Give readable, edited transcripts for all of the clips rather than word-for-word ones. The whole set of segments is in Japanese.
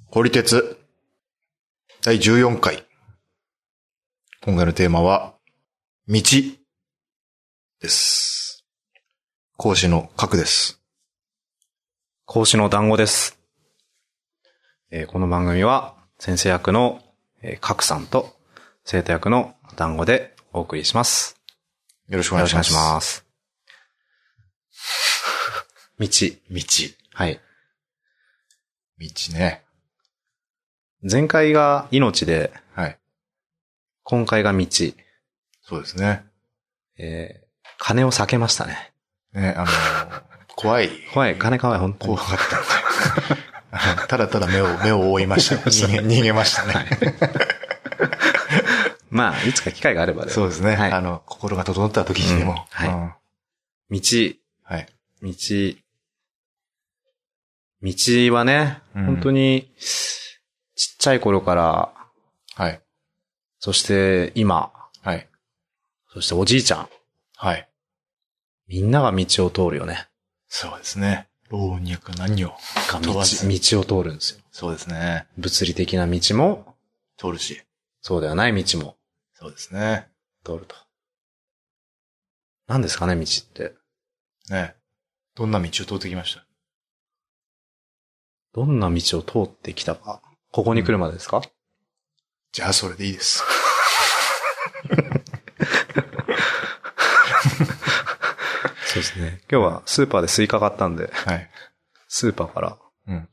ホリテツ第14回。今回のテーマは、道です。講師の角です。 講師の団子です。この番組は先生役の角さんと生徒役の団子でお送りします。 よろしくお願いします。 よろしくお願いします。道。はい。 道ね。 前回が命で、 はい。 今回が道。 そうですね。 金を避けましたね。 ね、怖い、 金怖い、本当に。 怖かった。ただただ目を覆いました。逃げましたね。はい、 まあ、いつか機会があればで。 そうですね。 はい、 心が整った時にでも。 はい。道。 はい。 道はね、本当に、ちっちゃい頃から、 はい。 そして今、 はい。 そしておじいちゃん。 はい。 みんなが道を通るよね。 そうですね。老若男女が道を通るんですよ。 そうですね。 物理的な道も通るし、 そうではない道もそうですね。 通ると。何ですかね、道って。 ね。どんな道を通ってきました？ どんな道を通ってきたか。ここに来るまでですか？ じゃあそれでいいです。 そうですね。今日はスーパーでスイカ買ったんで、 はい。 スーパーから、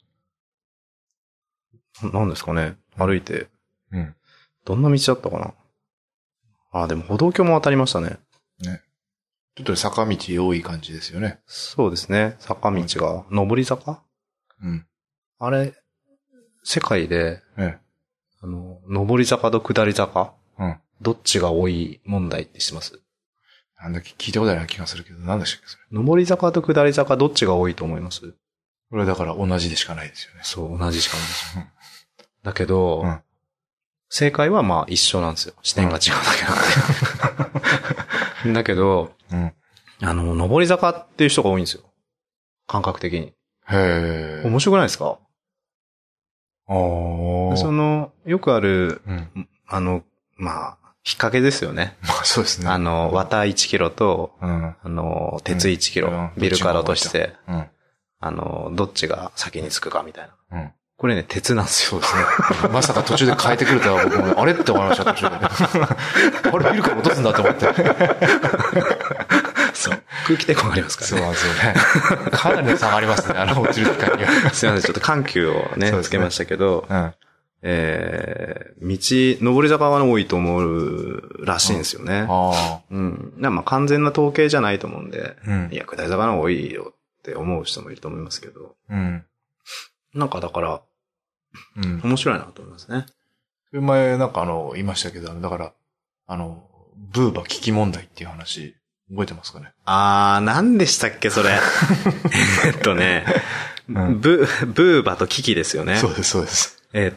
何ですかね、歩いて、どんな道だったかな。でも歩道橋も渡りましたね。 ね。ちょっと坂道多い感じですよね。 そうですね。坂道が、上り坂？あれ、世界で、上り坂と下り坂、どっちが多い問題って知ってます？ なんだっけ、聞いたことない気がするけど、なんでしたっけそれ。 上り坂と下り坂どっちが多いと思います？ これはだから同じでしかないですよね。 そう、同じしかないです。だけど、正解はまあ一緒なんですよ。視点が違うだけなんで。だけど、上り坂っていう人が多いんですよ。感覚的に。 へー。 面白くないですか？よくある、まあ、引っ掛けですよね。 まあそうですね。 綿1キロと、鉄1キロ、ビルから落として、どっちが先に着くかみたいな。これね、鉄なんですよ。 そうですね。まさか途中で変えてくるとは僕も、あれって思いました、途中で。あれ、ビルから落とすんだと思って。 そう。空気抵抗がありますからね。 そうなんですよね。かなりの差がありますね、落ちる時間には。 すいません、ちょっと緩急をね、つけましたけど、上り坂が多いと思うらしいんですよね。まあ完全な統計じゃないと思うんで、いや、下り坂の多いよって思う人もいると思いますけど、なんかだから、面白いなと思いますね。 前なんか言いましたけど、だから、ブーバ危機問題っていう話、覚えてますかね？ 何でしたっけ、それ。ブーバと危機ですよね。 そうです、そうです。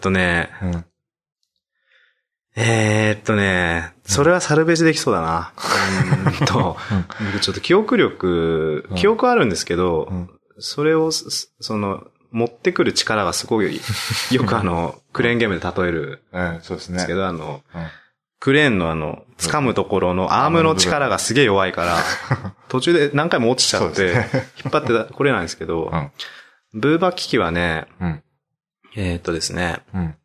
それはサルベージできそうだな。僕ちょっと記憶あるんですけど、それを、持ってくる力がすごい、よくクレーンゲームで例えるんですけど、クレーンの掴むところのアームの力がすげえ弱いから、途中で何回も落ちちゃって、引っ張ってこれないんですけど、ブーバ機器はね、ですね、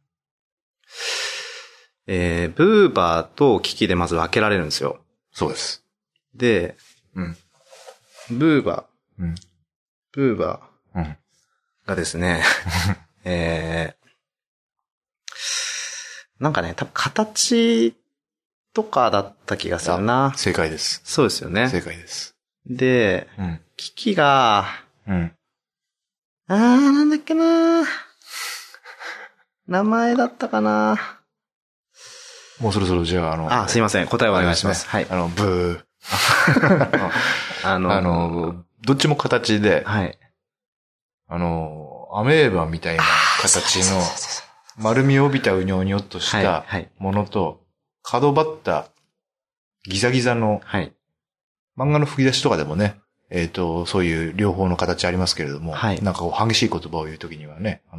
ブーバーと機器でまず分けられるんですよ。 そうです。 で、ブーバーがですね、なんかね、多分形とかだった気がするな。 正解です。 そうですよね。 正解です。 で、機器が、なんだっけな。名前だったかな。 もうそろそろじゃあすいません。答えをお願いします。はい。 ブー。どっちも形で、 はい。 アメーバみたいな形の、丸みを帯びたうにょうにょっとしたものと、角張ったギザギザの、漫画の吹き出しとかでもね、そういう両方の形ありますけれども、なんかこう激しい言葉を言うときにはね、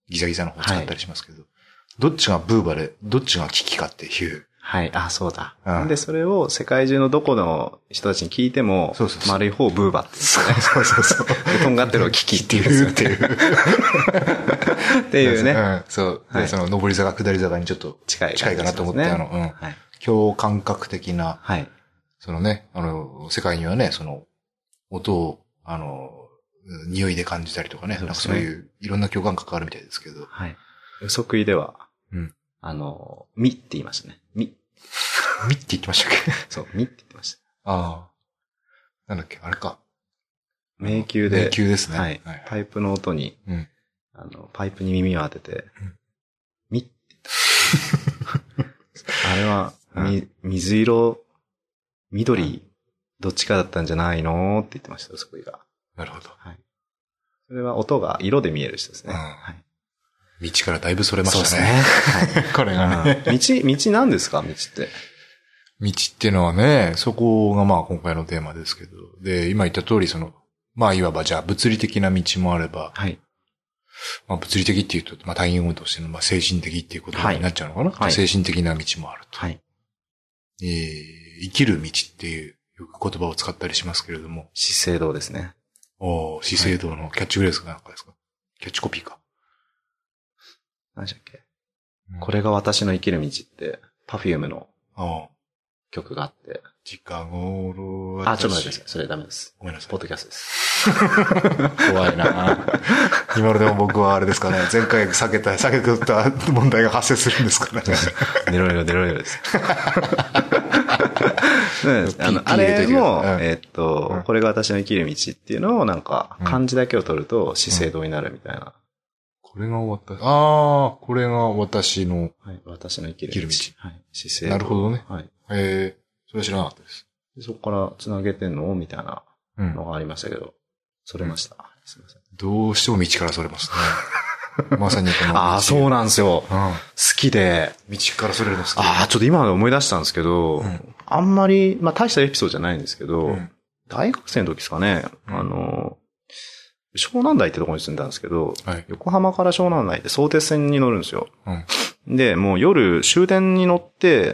ギザギザの方を使ったりしますけど、どっちがブーバで、どっちがキキかっていう。 はい。あ、そうだ。で、それを世界中のどこの人たちに聞いても、丸い方をブーバって言うんですね。そう。とんがってるのをキキって言うんですよね。っていうね。 そう。で、その上り坂、下り坂にちょっと近いかなと思って、共感覚的な、そのね、世界にはね、その、音を、匂いで感じたりとかね、なんかそういういろんな共感覚があるみたいですけど。 はい。予測意では、ミって言いましたね。ミって言ってましたっけ？ そう、ミって言ってました。 ああ。なんだっけ、あれか。 迷宮で。 迷宮ですね。 はい。パイプの音に、パイプに耳を当てて、ミって言った。あれは、水色、緑、どっちかだったんじゃないのって言ってました、そこが。 なるほど。 はい。それは音が色で見える人ですね。はい。 道からだいぶそれましたね。 そうですね。はい。 これがね。 道何ですか？道って。 道ってのはね、そこがまあ今回のテーマですけど。で、今言った通りまあいわばじゃあ物理的な道もあれば。はい。まあ物理的っていうと、まあ単位語としてのまあ精神的っていうことになっちゃうのかな。はい。精神的な道もあると。はい。生きる道っていうよく言葉を使ったりしますけれども。 資生堂ですね。 資生堂のキャッチフレーズかなんかですか？キャッチコピーか。 何でしたっけ？これが私の生きる道って、Perfume の曲があって。 近頃ちょっと待ってください。それダメです。 ごめんなさい。 ポッドキャストです。 怖いな今のでも僕はあれですかね。前回避けた問題が発生するんですかね。 デロです。あれも、これが私の生きる道っていうのをなんか、漢字だけを取ると資生堂になるみたいな。 これが私の。 はい、私の生きる道。はい、資生堂。 なるほどね。 はい。 それは知らなかったです。 そこから繋げてんのみたいなのがありましたけど、それました。すみません。 どうしても道からそれますね。まさにこの。 そうなんですよ。好きで。 道からそれるの好き。 ちょっと今思い出したんですけど、あんまり、まあ大したエピソードじゃないんですけど、大学生の時ですかね、湘南台ってところに住んだんですけど、横浜から湘南台って相鉄線に乗るんですよ。で、もう夜終電に乗って、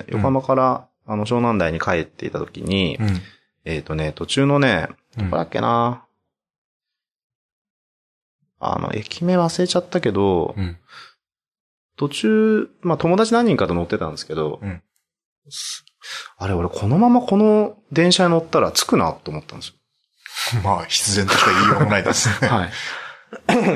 横浜から、湘南台に帰っていた時に、途中のね、どこだっけな、駅名忘れちゃったけど、途中、まあ友達何人かと乗ってたんですけど、あれ俺このままこの電車に乗ったら着くなと思ったんですよ。 まあ必然としか言いようもないですね。 はい。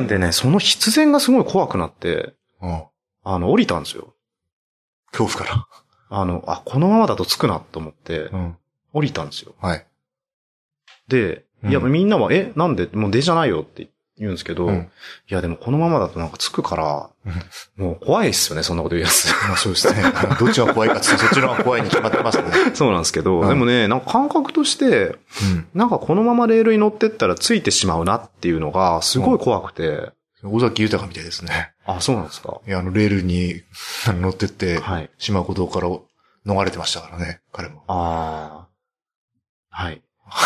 でね、その必然がすごい怖くなって、降りたんですよ。 恐怖から。 このままだと着くなと思って、降りたんですよ。 はい。 で、いや、みんなは、なんで、もう電車ないよって言うんですけど、いや、でもこのままだとなんか着くから、もう怖いっすよね、そんなこと言うやつ。 まあそうですね。どっちが怖いかってそっちの方が怖いに決まってますね。 そうなんですけど、でもね、なんか感覚として、なんかこのままレールに乗ってったらついてしまうなっていうのが、すごい怖くて。 尾崎豊みたいですね。 そうなんですか。 いや、レールに乗ってってしまうことから逃れてましたからね、彼も。 はい。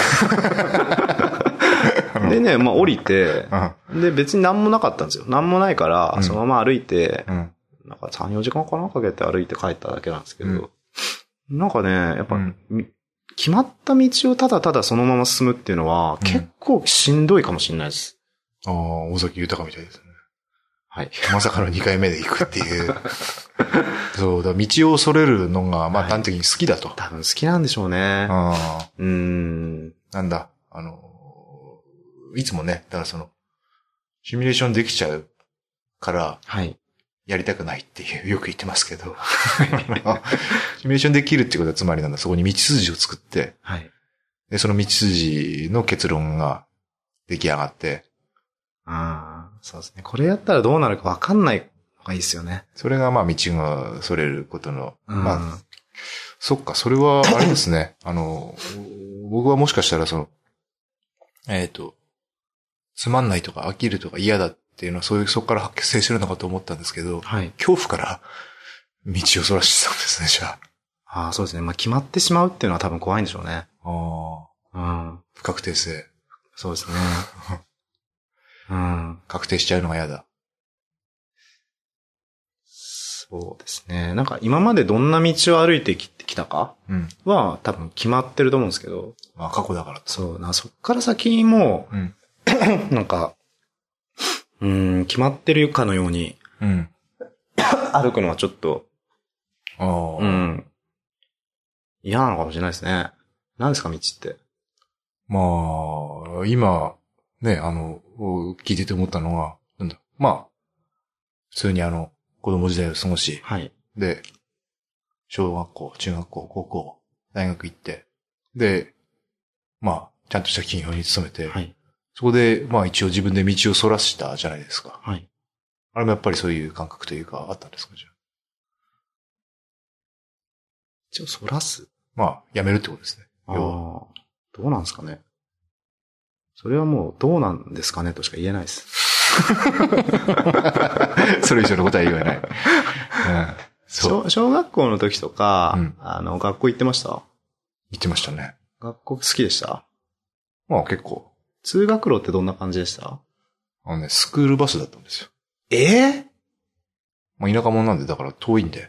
でね、まあ降りて、で別に何もなかったんですよ。何もないから、そのまま歩いて、なんか3、4時間かなかけて歩いて帰っただけなんですけど、なんかね、やっぱ、決まった道をただただそのまま進むっていうのは、結構しんどいかもしれないです。 尾崎豊みたいですね。 はい。 まさかの2回目で行くっていう。そうだ、道をそれるのが、まあ端的に好きだと。 多分好きなんでしょうね。 なんだ、いつもね、だからシミュレーションできちゃうから、やりたくないっていう、よく言ってますけど。シミュレーションできるってことはつまりなんだ、そこに道筋を作って、で、その道筋の結論が出来上がって、 そうですね。これやったらどうなるか分かんないのがいいですよね。 それがまあ道がそれることの、まあ、そっか、それはあれですね。僕はもしかしたらつまんないとか飽きるとか嫌だっていうのはそこから発生するのかと思ったんですけど、恐怖から道をそらしてたんですね、じゃあ。そうですね。まあ決まってしまうっていうのは多分怖いんでしょうね。 不確定性。 そうですね。 確定しちゃうのが嫌だ。 そうですね。なんか今までどんな道を歩いてきたかは多分決まってると思うんですけど。 まあ過去だから。 そう。そっから先も、なんか、決まってるかのように、歩くのはちょっと、嫌なのかもしれないですね。何ですか、道って。 まあ、今、ね、聞いてて思ったのは、まあ、普通に子供時代を過ごし、 はい。 で、小学校、中学校、高校、大学行って、で、まあ、ちゃんとした企業に勤めて、はい。そこで、まあ一応自分で道をそらしたじゃないですか。 はい。 あれもやっぱりそういう感覚というか、あったんですか、じゃあ。 道をそらす？ まあ、やめるってことですね。 どうなんですかね。それはもう、どうなんですかねとしか言えないです。 それ以上のことは言えない。 小学校の時とか、学校行ってました？行ってましたね。 学校好きでした？ まあ結構。 通学路ってどんな感じでした？ スクールバスだったんですよ。まあ田舎者なんで、だから遠いんで。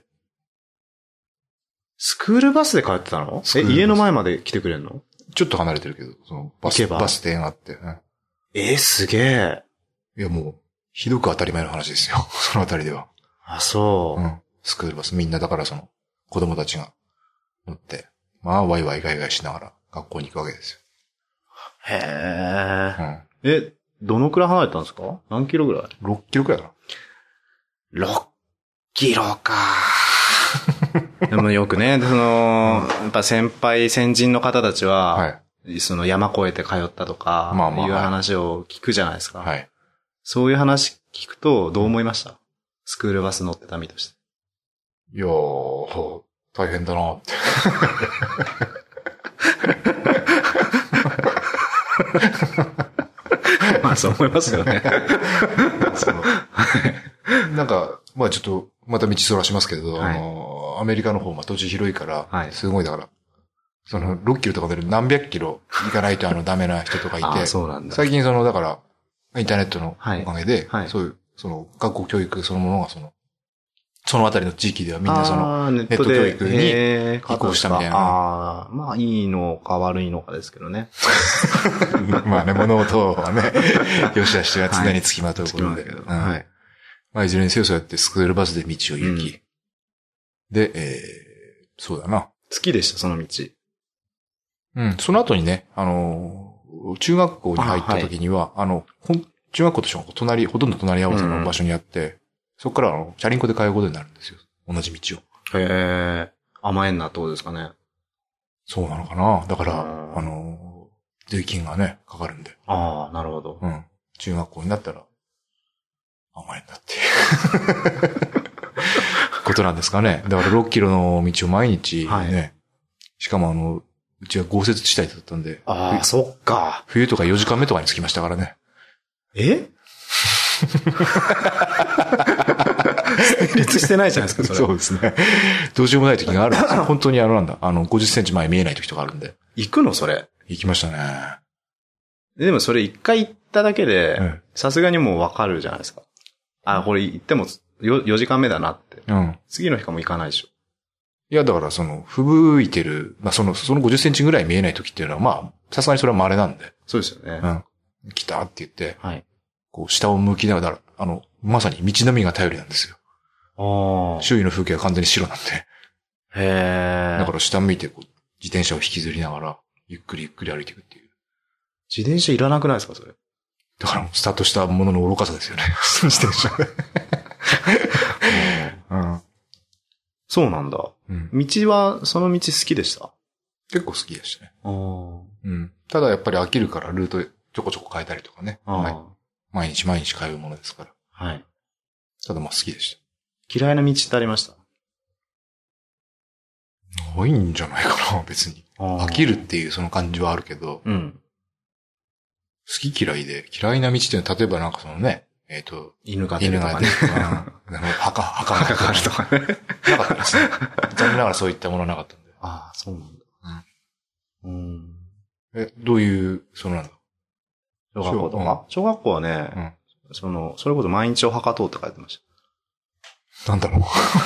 スクールバスで通ってたの？家の前まで来てくれるの？ ちょっと離れてるけど、そのバス停があって、 ね。すげえ。 いやもう、ひどく当たり前の話ですよ。そのあたりでは。 あ、そう。 スクールバス。みんなだから子供たちが乗って、まあワイワイガイガイしながら学校に行くわけですよ。 へえ。どのくらい離れたんですか？何キロぐらい？ 6 キロくらいかな。6キロか。でもよくね、やっぱ先人の方たちは、はい、山越えて通ったとか、いう話を聞くじゃないですか。はい。そういう話聞くと、どう思いました？スクールバス乗ってた身として。 いやー、大変だなって。 まあそう思いますよね。 なんか、まあちょっと、また道そらしますけど、はい、アメリカの方、土地広いから、はい、すごいだから、6キロとかで何百キロ行かないとダメな人とかいて、 そうなんだ。 最近だから、インターネットのおかげで、はい、そういう、学校教育そのものがそのあたりの地域ではみんなネット教育に移行したみたいな。 まあいいのか悪いのかですけどね。 まあね、物事はね、良し悪しが常につきまとうことだけど。はい。まあいずれにせよそうやってスクールバスで道を行き。で、そうだな。 好きでした、その道。 その後にね、中学校に入った時には、中学校と小学校ほとんど隣り合わせの場所にあって、そこからチャリンコで通うことになるんですよ。同じ道を。 甘えんなってことですかね。 そうなのかな。だから、税金がね、かかるんで。 ああ、なるほど。 中学校になったら、甘えんなっていう。ことなんですかね。だから6キロの道を毎日ね、はい、しかもうちは豪雪地帯だったんで。 ああ、そっか。 冬とか4時間目とかに着きましたからね。 成立してないじゃないですか、それ。 そうですね。どうしようもない時があるんですよ。本当に50センチ前見えない時とかあるんで。 行くのそれ。 行きましたね。 でもそれ一回行っただけで、さすがにもうわかるじゃないですか。これ行っても4時間目だなって。次の日かも行かないでしょ。 いや、だから吹雪いてる、まあその50センチぐらい見えない時っていうのは、まあ、さすがにそれは稀なんで。 そうですよね。 来たって言って、はい。こう、下を向きながら、まさに道のみが頼りなんですよ。周囲の風景が完全に白なんで。だから下向いて、自転車を引きずりながら、ゆっくりゆっくり歩いていくっていう。 自転車いらなくないですか、それ。 だから、スタートしたものの愚かさですよね。自転車。 そうなんだ。道は、その道好きでした？ 結構好きでしたね。ただやっぱり飽きるからルートちょこちょこ変えたりとかね。毎日通うものですから。はい。ただ好きでした。 嫌いな道ってありました？ ないんじゃないかな、別に。飽きるっていうその感じはあるけど。好き嫌いで、嫌いな道っていうのは、例えば犬が出るとかね。 墓があるとかね。なかったですね。残念ながらそういったものはなかったんで。 ああ、そうなんだ。 どういう、なんだ。 小学校とか？小学校はね、それこそ毎日お墓通って書いてましなんだろ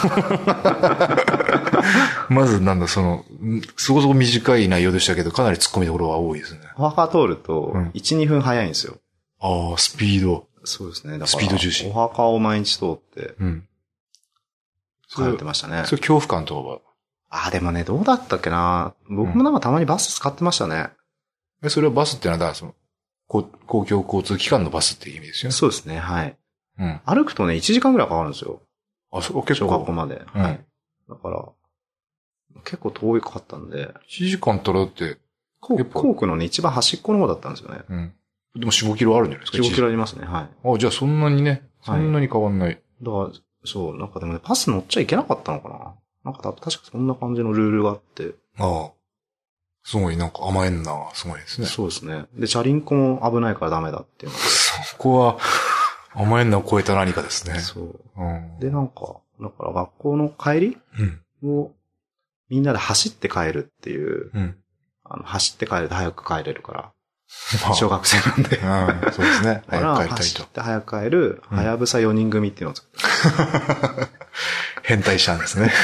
う。まずなんだ、そこそこ短い内容でしたけど、かなり突っ込みどころが多いですね。 お墓通ると、1、2分早いんですよ。 ああ、スピード。 そうですね。だからスピード重視。 お墓を毎日通って、帰ってましたね。 それ恐怖感とかはでもね、どうだったっけな。僕もなんかたまにバス使ってましたね。 それはバスってのは、公共交通機関のバスっていう意味ですよね。 そうですね、はい。歩くとね、1時間ぐらいかかるんですよ。 結構。 小学校まで。はい。だから、結構遠いかったんで。 1時間取らって、 校区のね、一番端っこの方だったんですよね。 でも4、5キロあるんじゃないですか。 4、5キロありますね、はい。 じゃあそんなにね、そんなに変わんない。 だから、そう、なんかでもね、バス乗っちゃいけなかったのかな。なんか確かそんな感じのルールがあって。 すごいなんか甘えんな、すごいですね。 そうですね。で、チャリンコも危ないからダメだっていうので。 そこは、甘えんなを超えた何かですね。 そう。で、なんか、だから学校の帰りを、みんなで走って帰るっていう。走って帰ると早く帰れるから。小学生なんで。 そうですね。早く帰りたいと。 走って早く帰る、はやぶさ4人組っていうのを作って。 変態したんですね。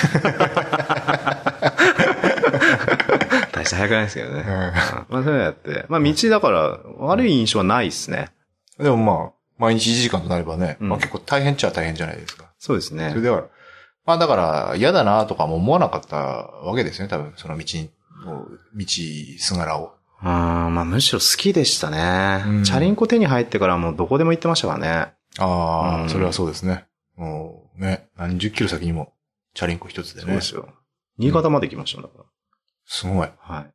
大して早くないですけどね。まあそういうのやって。まあ道だから悪い印象はないですね。 でもまあ、毎日1時間となればね、まあ結構大変っちゃ大変じゃないですか。 そうですね。 それでは、まあだから嫌だなとかも思わなかったわけですね、多分その道すがらを。 まあむしろ好きでしたね。チャリンコ手に入ってからもうどこでも行ってましたからね。 それはそうですね。もうね、何十キロ先にもチャリンコ一つでね。 そうですよ。新潟まで行きましただから。 すごい。 はい。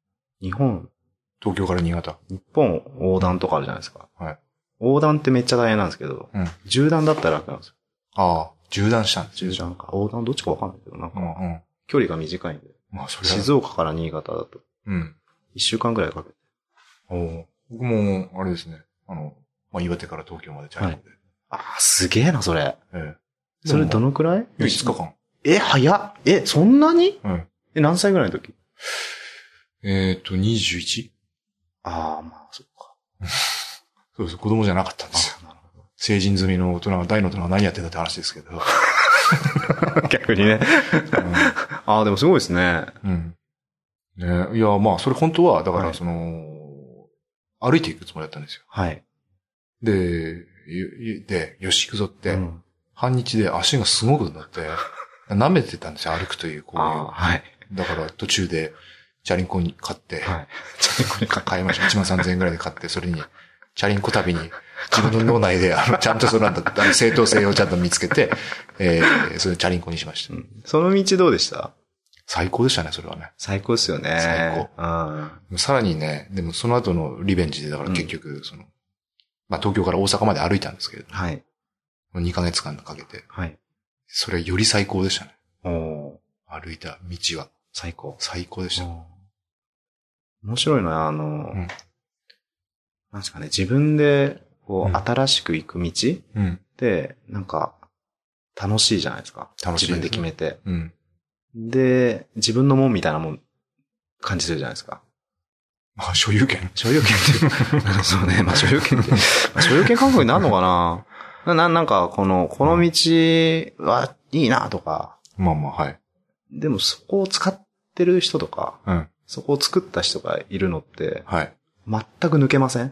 東京から新潟。 日本横断とかあるじゃないですか。 はい。 横断ってめっちゃ大変なんですけど、縦断だったら楽なんですよ。 縦断したんです。 縦断か。横断どっちかわかんないけど、なんか、距離が短いんで。 まあそれ静岡から新潟だと。1週間ぐらいかけて。 僕も、あれですね。まあ、岩手から東京までチャリンコで。 すげえな、それ。それどのくらい ?5 日間。 早っ。そんなに何歳ぐらいの時 21? まあ、そっか。 そうです。子供じゃなかったんですよ。成人済みの大人が、大の大人が何やってんだって話ですけど。 逆にね。でもすごいですね。 ね、いや、まあ、それ本当は、だから、歩いていくつもりだったんですよ。 はい。 で、よし行くぞって、半日で足がすごくなって、舐めてたんですよ、歩くという行為を。 はい。 だから途中で、チャリンコに買って、 チャリンコに買いました。13000円ぐらいで買って、それに、チャリンコ旅に、自分の脳内で、ちゃんと正当性をちゃんと見つけて、それチャリンコにしました。 その道どうでした？ 最高でしたね、それはね。 最高ですよね。 最高。さらにね、でもその後のリベンジで、だから結局、まあ東京から大阪まで歩いたんですけど、 はい。 2ヶ月間かけて、 はい。 それより最高でしたね。 歩いた道は。 最高。 最高でした。 面白いのは、なんですかね、自分で、新しく行く道で、なんか、楽しいじゃないですか。自分で決めて。で、自分のもんみたいなもん感じするじゃないですか。 所有権っていう。そうね。所有権って。所有権感覚になるのかななんか、この道はいいなとか。 はい。 でもそこを使ってる人とか、そこを作った人がいるのって、全く抜けません？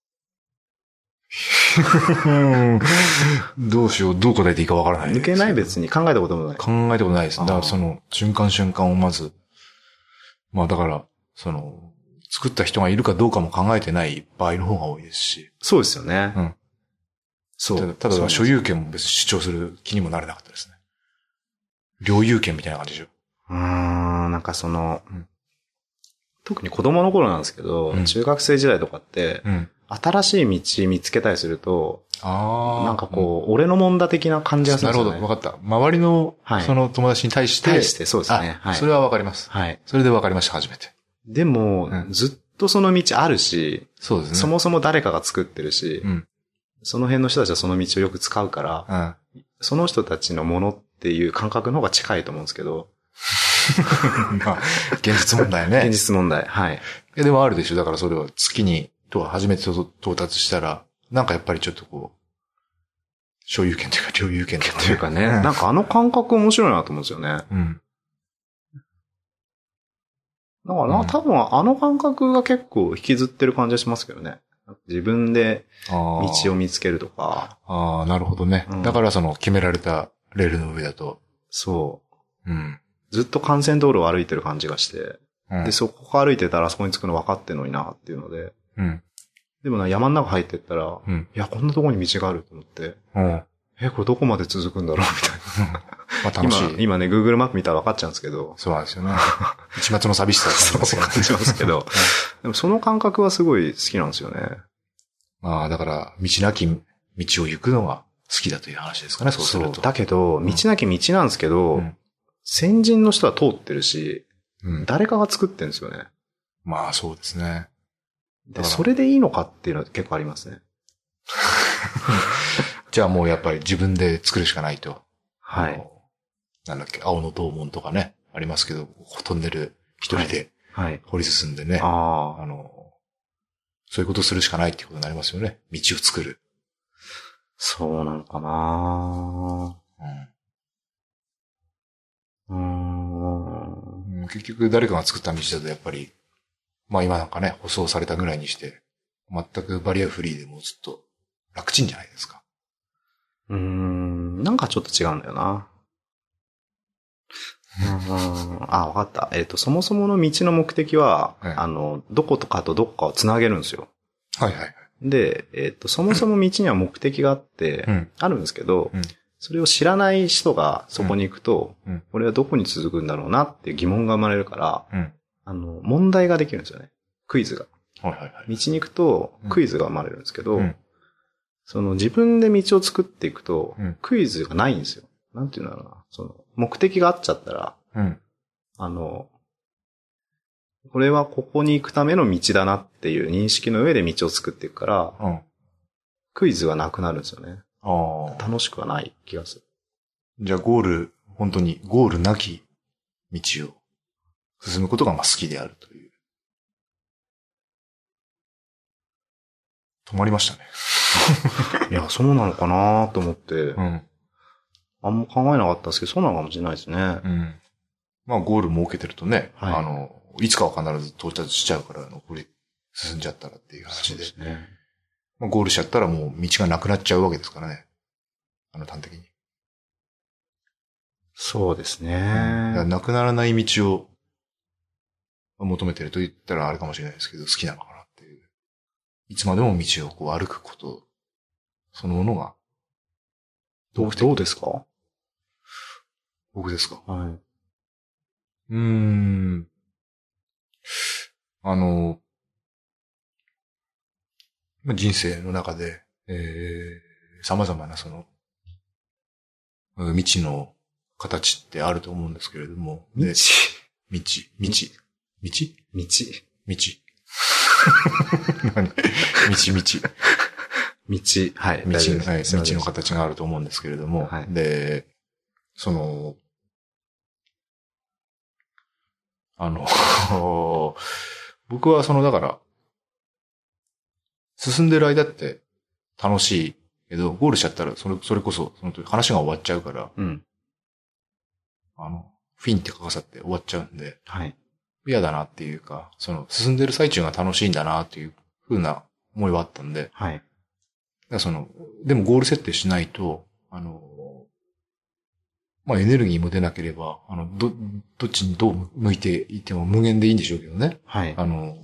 どうしよう、どう答えていいかわからない。 抜けない別に考えたこともない。 考えたことないです。だからその瞬間をまず、まあだから、作った人がいるかどうかも考えてない場合の方が多いですし。 そうですよね。 そう。ただ所有権も別に主張する気にもなれなかったですね。領有権みたいな感じでしょ。 なんか特に子供の頃なんですけど、中学生時代とかって、新しい道見つけたりすると、なんか俺のもんだ的な感じがするんですよね。 なるほど、わかった。周りの、その友達に対して。 そうですね。 それはわかります。それでわかりました、初めて。 でも、ずっとその道あるし、 そうですね。 そもそも誰かが作ってるし、その辺の人たちはその道をよく使うから、その人たちのものっていう感覚の方が近いと思うんですけど。 現実問題ね。 現実問題。はい。 でもあるでしょ。だからそれは月に、初めて到達したら、なんかやっぱりちょっと所有権というか、領有権というかね。なんかあの感覚面白いなと思うんですよね。うん。だから多分あの感覚が結構引きずってる感じがしますけどね。自分で道を見つけるとか。 ああ、なるほどね。だからその決められたレールの上だと。 そう。うん。ずっと幹線道路を歩いてる感じがして。うん、で、そこ歩いてたらあそこに着くの分かってんのになっていうので。うん。でも山の中入ってったら、うん、いや、こんなとこに道があると思って。うん。これどこまで続くんだろうみたいな。まあ楽しい。今ね、Google マップ見たら分かっちゃうんですけど。 そうなんですよね。一末の寂しさそう感じますけど。でもその感覚はすごい好きなんですよね。 まあだから、道なき道を行くのが好きだという話ですかね、そうすると。 そう。だけど、道なき道なんですけど、うん、先人の人は通ってるし、うん、誰かが作ってるんですよね。 まあそうですね。 で、それでいいのかっていうのは結構ありますね。 じゃあもうやっぱり自分で作るしかないと。はい。なんだっけ、青の洞門とかね、ありますけど、トンネル一人で掘り進んでね。はい、そういうことをするしかないっていうことになりますよね。道を作る。 そうなのかな結局誰かが作った道だとやっぱり、まあ今なんかね、舗装されたぐらいにして、全くバリアフリーでもうずっと楽ちんじゃないですか。 なんかちょっと違うんだよな。わかった。そもそもの道の目的は、どことかとどこかをつなげるんですよ。 はいはい。 で、そもそも道には目的があって、あるんですけど、それを知らない人がそこに行くと、これはどこに続くんだろうなっていう疑問が生まれるから、問題ができるんですよね。クイズが。道に行くとクイズが生まれるんですけど、その自分で道を作っていくと、クイズがないんですよ。なんていうんだろうな。その目的があっちゃったら、これはここに行くための道だなっていう認識の上で道を作っていくから、クイズはなくなるんですよね。楽しくはない気がする。 じゃあ本当にゴールなき道を進むことが好きであるという。止まりましたね。 いや、そうなのかなと思って、あんま考えなかったですけど、そうなのかもしれないですね。 まあ、ゴール設けてるとね、いつかは必ず到達しちゃうから、残り進んじゃったらっていう話で。そうですね。まあ、ゴールしちゃったらもう道がなくなっちゃうわけですからね。端的に。 そうですね。 なくならない道を求めてると言ったらあれかもしれないですけど、好きなのかなっていう。いつまでも道をこう歩くこと、そのものが。 どうですか？ 僕ですか？ はい。 人生の中で、様々なその、未知の形ってあると思うんですけれども。 未知未知何未知何はい。 未知の形があると思うんですけれども。はい、で、その、僕はだから、進んでる間って楽しいけど、ゴールしちゃったら、それこそ、話が終わっちゃうから、フィンってかかさって終わっちゃうんで、はい。嫌だなっていうか、進んでる最中が楽しいんだなっていう風な思いはあったんで、はい。だからでもゴール設定しないと、まあエネルギーも出なければ、どっちにどう向いていても無限でいいんでしょうけどね。はい。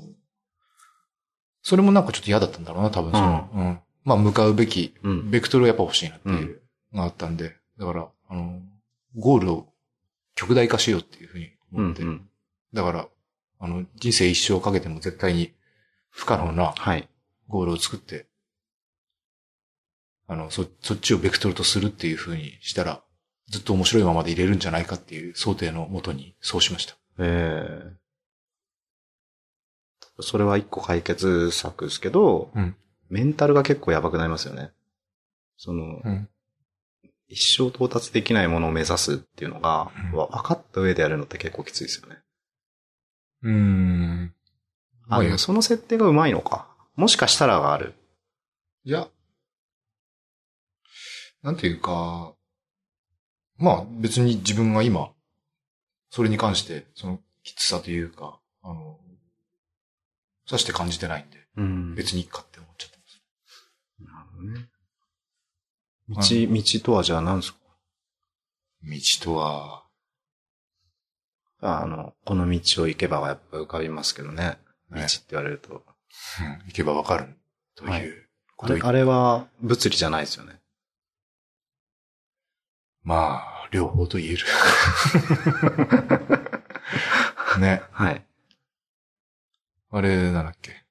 それもなんかちょっと嫌だったんだろうな、多分まあ向かうべき、ベクトルがやっぱ欲しいなっていうのがあったんで、だから、ゴールを極大化しようっていうふうに思って、だから、人生一生かけても絶対に不可能なゴールを作って、そっちをベクトルとするっていうふうにしたら、ずっと面白いままで入れるんじゃないかっていう想定のもとにそうしました。 それは一個解決策ですけど、メンタルが結構やばくなりますよね。一生到達できないものを目指すっていうのが、分かった上でやるのって結構きついですよね。でもその設定がうまいのか。もしかしたらがある。 いや、 なんていうか、まあ別に自分が今、それに関して、そのきつさというか、さして感じてないんで、別にいいかって思っちゃってます。なるほどね。道とはじゃあ何ですか？ 道とは、 この道を行けばはやっぱ浮かびますけどね。道って言われると。 行けばわかるということあれは物理じゃないですよね。 まあ、両方と言える。ね。 はい。 あれなんだっけ。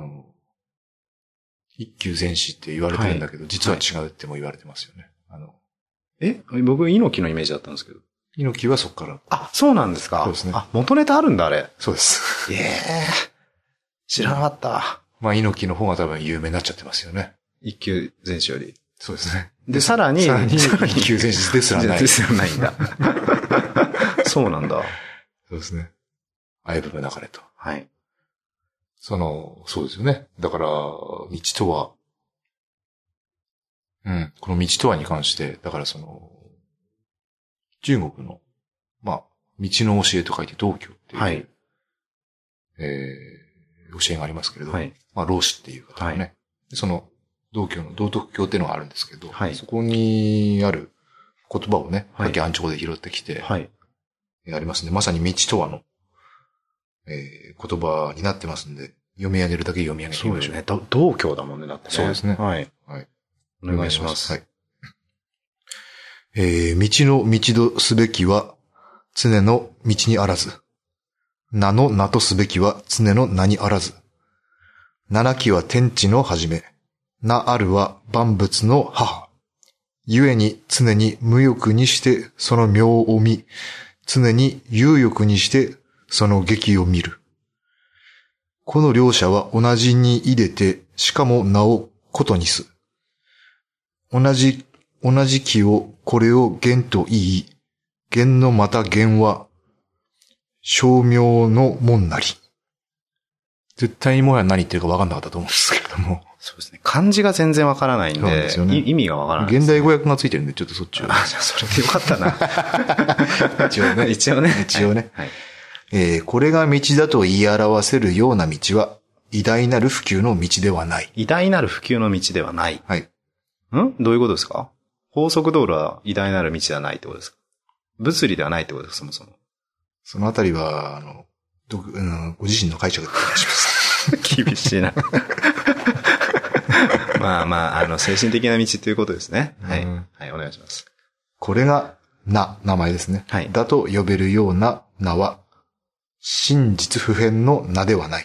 一級前史って言われてるんだけど、実は違うっても言われてますよね。 僕、猪木のイメージだったんですけど。 猪木はそっから。 あ、そうなんですか。 そうですね。 元ネタあるんだ、あれ。 そうです。 知らなかった。 まあ、猪木の方が多分有名になっちゃってますよね。 一級前史より。 そうですね。 で、さらに一級前史ですらない。 ですらないんだ。そうなんだ。 そうですね。相武流れと。 はい。 そうですよね。だから、道とは、この道とはに関して、だから中国の、まあ、道の教えと書いて道教っていう、 はい。 教えがありますけれど、 はい。 まあ、老子っていう方がね、はい、その道教の道徳教っていうのがあるんですけど、 はい。 そこにある言葉をね、さっき安直で拾ってきて、 はい。 ありますんで、まさに道とはの、言葉になってますんで、読み上げるだけ読み上げてみましょう。 そうですね。道教だもんね、だってね。 そうですね。 はい。 はい。 お願いします。 はい。道の道とすべきは、常の道にあらず。名の名とすべきは常の名にあらず。七期は天地の始め。名あるは万物の母。故に常に無欲にしてその妙を見、常に有欲にしてその劇を見る。この両者は同じに入れて、しかも名をことにす。同じ木をこれを言と言い、言のまた言は、称名のもんなり。絶対にもはや何言ってるか分かんなかったと思うんですけれども。 そうですね。漢字が全然分からないんで、そうですよね、意味が分からない、 現代語訳がついてるんで、ちょっとそっちを。 じゃあそれでよかったな。 一応ね。 一応ね。 一応ね。 はい。 これが道だと言い表せるような道は、偉大なる普及の道ではない。 偉大なる普及の道ではない。 はい。 どういうことですか？高速道路は偉大なる道ではないってことですか？物理ではないってことですか、そもそも。 そのあたりは、ご自身の解釈でお願いします。 厳しいな。まあまあ、精神的な道ということですね。はい。はい、お願いします。 これが、名前ですね。 はい。 だと呼べるような名は、真実不変の名ではない。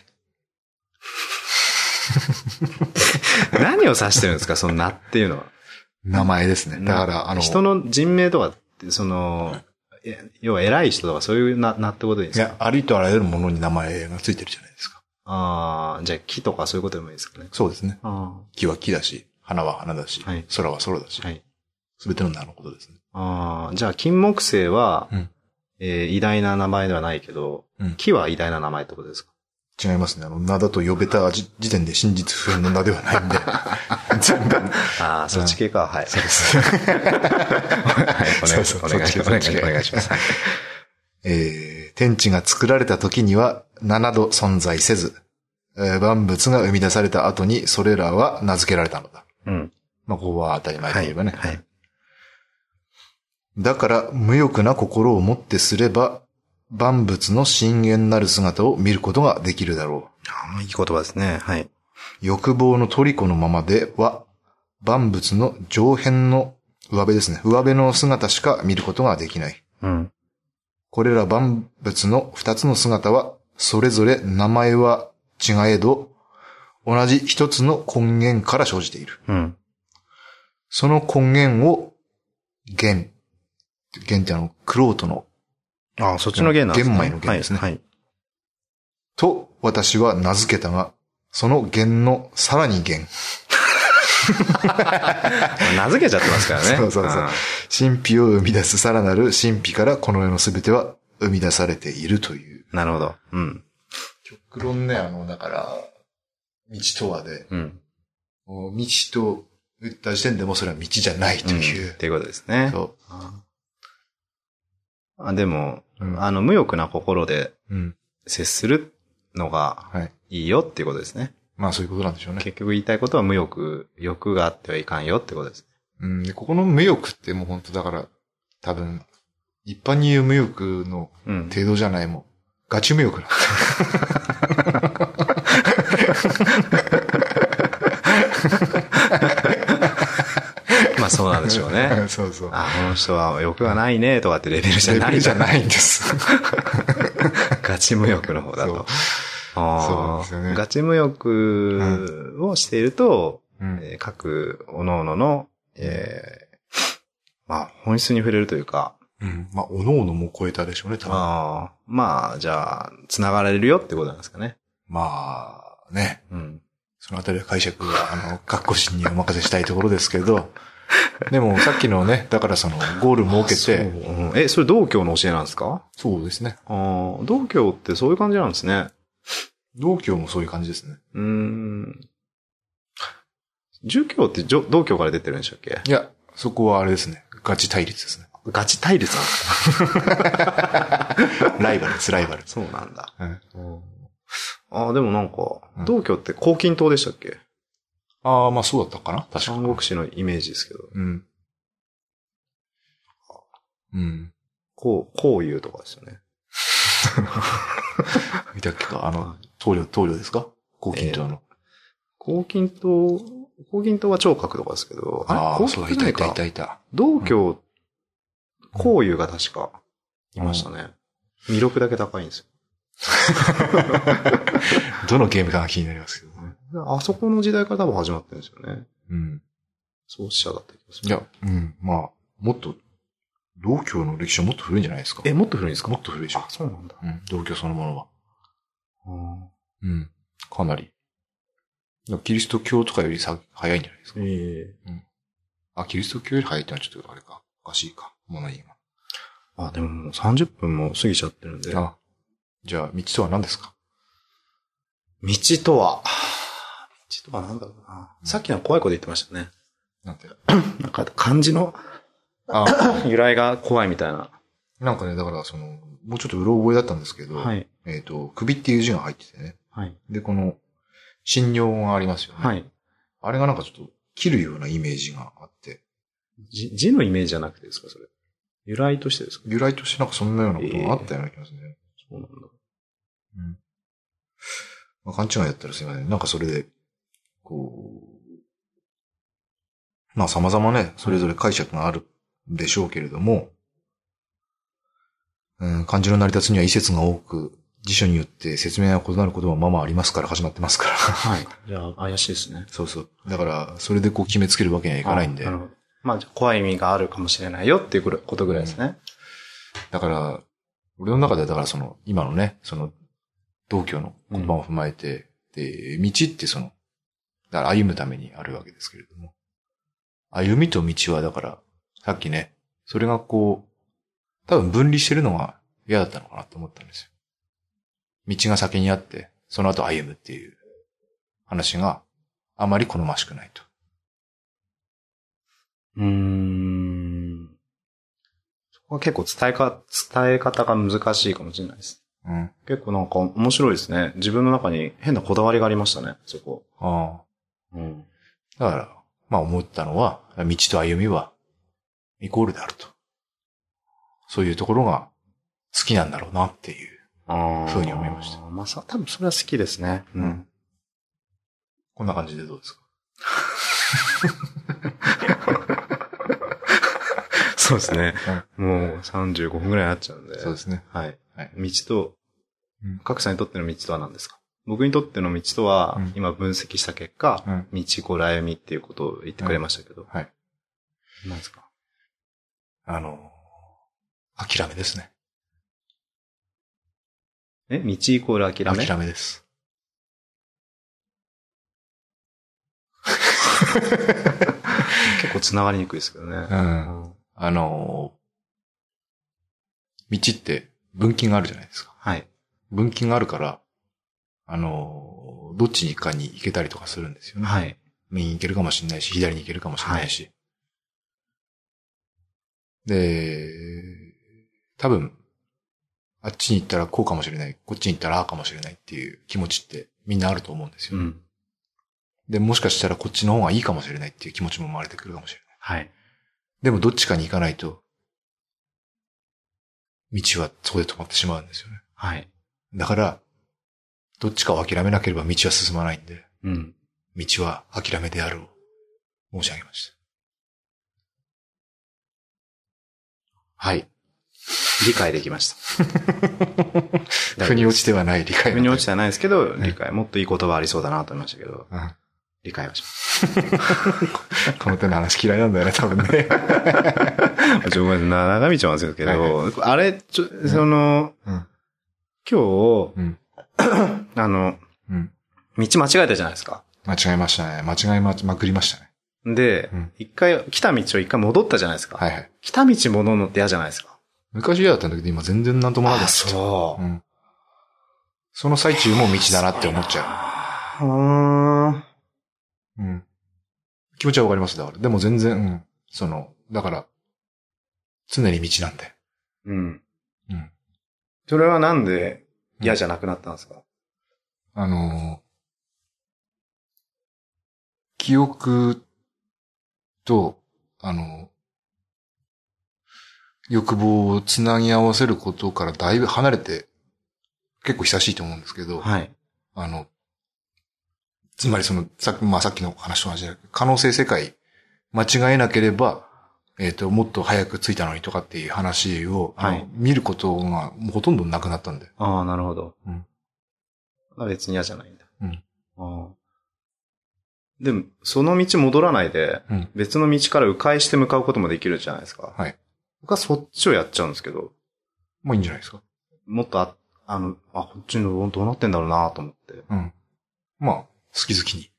何を指してるんですか、その名っていうのは。 名前ですね。だから、 人の人名とかって、要は偉い人とかそういう名ってことでいいですか？ いや、ありとあらゆるものに名前がついてるじゃないですか。 ああ、じゃあ木とかそういうことでもいいですかね。 そうですね。木は木だし、花は花だし、 はい、 空は空だし。はい。すべての名のことですね。 ああ、じゃあ金木犀は、偉大な名前ではないけど、木は偉大な名前ってことですか？ 違いますね。名だと呼べた時点で真実不変の名ではないんで。全部。 ああ、そっち系か。はい。 そうです。はい、お願いします。天地が作られた時には名など存在せず、万物が生み出された後にそれらは名付けられたのだ。まあ、ここは当たり前といえばね。はい。だから、無欲な心をもってすれば、万物の深淵なる姿を見ることができるだろう。いい言葉ですね。はい。 欲望の虜のままでは、万物の上辺の上辺ですね。上辺の姿しか見ることができない。これら万物の二つの姿は、それぞれ名前は違えど、同じ一つの根源から生じている。その根源を、玄って玄人の、 ああ、そっちの玄なんですね。 玄米の玄ですね。 はい。 と、私は名付けたが、その玄のさらに玄。 名付けちゃってますからね。 そう。神秘を生み出すさらなる神秘からこの世のすべては生み出されているという。 なるほど。 極論ね、だから、道とはで、道と打った時点でもそれは道じゃないという。 っていうことですね。 そう。 でも、無欲な心で接するのがいいよっていうことですね。 まあそういうことなんでしょうね。 結局言いたいことは欲があってはいかんよってことですね。でここの無欲ってもう本当だから、多分、一般に言う無欲の程度じゃないもん。ガチ無欲なんだ。 まあそうなんでしょうね。 そうそう。 この人は欲がないねとかってレベルじゃない。 レベルじゃないんです。 ガチ無欲の方だと。そうですよね。ガチ無欲をしていると、各各々の、まあ本質に触れるというか、 まあ各々も超えたでしょうね、多分。 まあじゃあ、繋がれるよってことなんですかね。 まあ、ね。そのあたりは解釈は、各個人にお任せしたいところですけど、でもさっきのね、だからそのゴール設けて。 それ道教の教えなんですか？ そうですね。 道教ってそういう感じなんですね。 道教もそういう感じですね。 儒教って道教から出てるんでしたっけ？ いや、そこはあれですね。ガチ対立ですね。 ガチ対立なんですか？ ライバルです、ライバル。 そうなんだ。でもなんか、道教って黄金塔でしたっけ？ まあそうだったかな？確かに。 三国志のイメージですけど。孔融とかですよね。 見たっけか？棟梁ですか？黄金塔の。 黄金塔は聴覚とかですけど、 そうだ、いた。 道教、孔融が確か、いましたね。魅力だけ高いんですよ。 どのゲームかが気になりますけどね。 あそこの時代から多分始まってるんですよね。創始者だった気がする。 いや、まあ、もっと、道教の歴史はもっと古いんじゃないですか。 もっと古いんですか？ もっと古いでしょ。 そうなんだ。 道教そのものは。かなり。キリスト教とかより早いんじゃないですか。キリスト教より早いってのはちょっとあれか。おかしいか。もの言いが。でももう30分も過ぎちゃってるんで。 じゃあ、道とは何ですか？ 道とは何だろうな。さっきの怖いこと言ってましたね。 なんてなんか漢字の由来が怖いみたいな。 なんかね、だからもうちょっとうろ覚えだったんですけど、首っていう字が入っててね。で、この、神尿がありますよね。あれがなんかちょっと切るようなイメージがあって。 字のイメージじゃなくてですか、それ。由来としてですか？ 由来としてなんかそんなようなことがあったような気がするね。 そうなんだ。 まあ、勘違いだったらすいません。なんかそれで、まあ様々ね、それぞれ解釈があるでしょうけれども、漢字の成り立つには異説が多く、辞書によって説明が異なることはまあまあありますから始まってますから。 じゃあ怪しいですね。 そうそう。だから、それで決めつけるわけにはいかないんで。 なるほど。まあ、怖い意味があるかもしれないよっていうことぐらいですね。 だから、俺の中ではだから今のね、道教の言葉を踏まえて、で、道ってだから歩むためにあるわけですけれども。歩みと道はだから、さっきね、それが多分分離してるのが嫌だったのかなと思ったんですよ。道が先にあって、その後歩むっていう話があまり好ましくないと。 そこは結構伝え方が難しいかもしれないです。結構なんか面白いですね。自分の中に変なこだわりがありましたね、そこ。だから、まあ思ったのは、道と歩みはイコールであると。そういうところが好きなんだろうなっていうふうに思いました。 まあ多分それは好きですね。 こんな感じでどうですか？ そうですね。もう35分くらいになっちゃうんで。 そうですね。 道と、格さんにとっての道とは何ですか？僕にとっての道とは、今分析した結果、道イコール歩みっていうことを言ってくれましたけど。何ですか？ 諦めですね。 道イコール諦め？ 諦めです。 結構繋がりにくいですけどね。 道って分岐があるじゃないですか。分岐があるから、どっちにかに行けたりとかするんですよね。 右に行けるかもしれないし、左に行けるかもしれないし。で、多分、あっちに行ったらこうかもしれない、こっちに行ったらああかもしれないっていう気持ちってみんなあると思うんですよ。で、もしかしたらこっちの方がいいかもしれないっていう気持ちも生まれてくるかもしれない。でもどっちかに行かないと、道はそこで止まってしまうんですよね。だから、どっちかを諦めなければ道は進まないんで、道は諦めであるを申し上げました。 理解できました。 腑に落ちてはない理解。 腑に落ちてはないですけど、理解。もっといい言葉ありそうだなと思いましたけど、理解はします。 この手の話嫌いなんだよね、多分ね。 長道なんですけど、あれ、今日、道間違えたじゃないですか。 間違えましたね。間違えまくりましたね。 で、来た道を一回戻ったじゃないですか。来た道戻るのって嫌じゃないですか。 昔嫌だったんだけど、今全然なんともなかった。 そう。 その最中も道だなって思っちゃう。気持ちはわかります。だから。でも全然、だから、常に道なんで。 それはなんで嫌じゃなくなったんですか？ 記憶と、欲望をつなぎ合わせることからだいぶ離れて、結構久しいと思うんですけど、つまりさっきの話と同じだけど、可能性世界、間違えなければ、もっと早く着いたのにとかっていう話を、見ることがもうほとんどなくなったんで。 なるほど。別に嫌じゃないんだ。でも、その道戻らないで、別の道から迂回して向かうこともできるじゃないですか。僕はそっちをやっちゃうんですけど。 もういいんじゃないですか。 もっとこっちのどうなってんだろうなと思って。 まあ、好き好きに。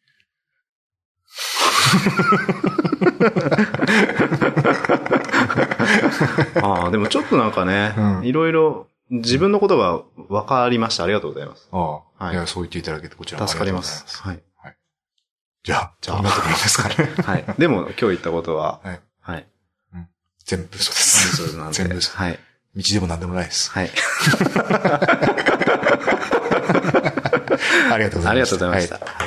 でもちょっとなんかね、いろいろ自分のことが分かりました。ありがとうございます。 いや、そう言っていただけてこちらも助かります。 じゃあ、こんなところですかね。 でも今日言ったことは、 全部嘘です。全部嘘。道でも何でもないです。ありがとうございました。 ありがとうございました。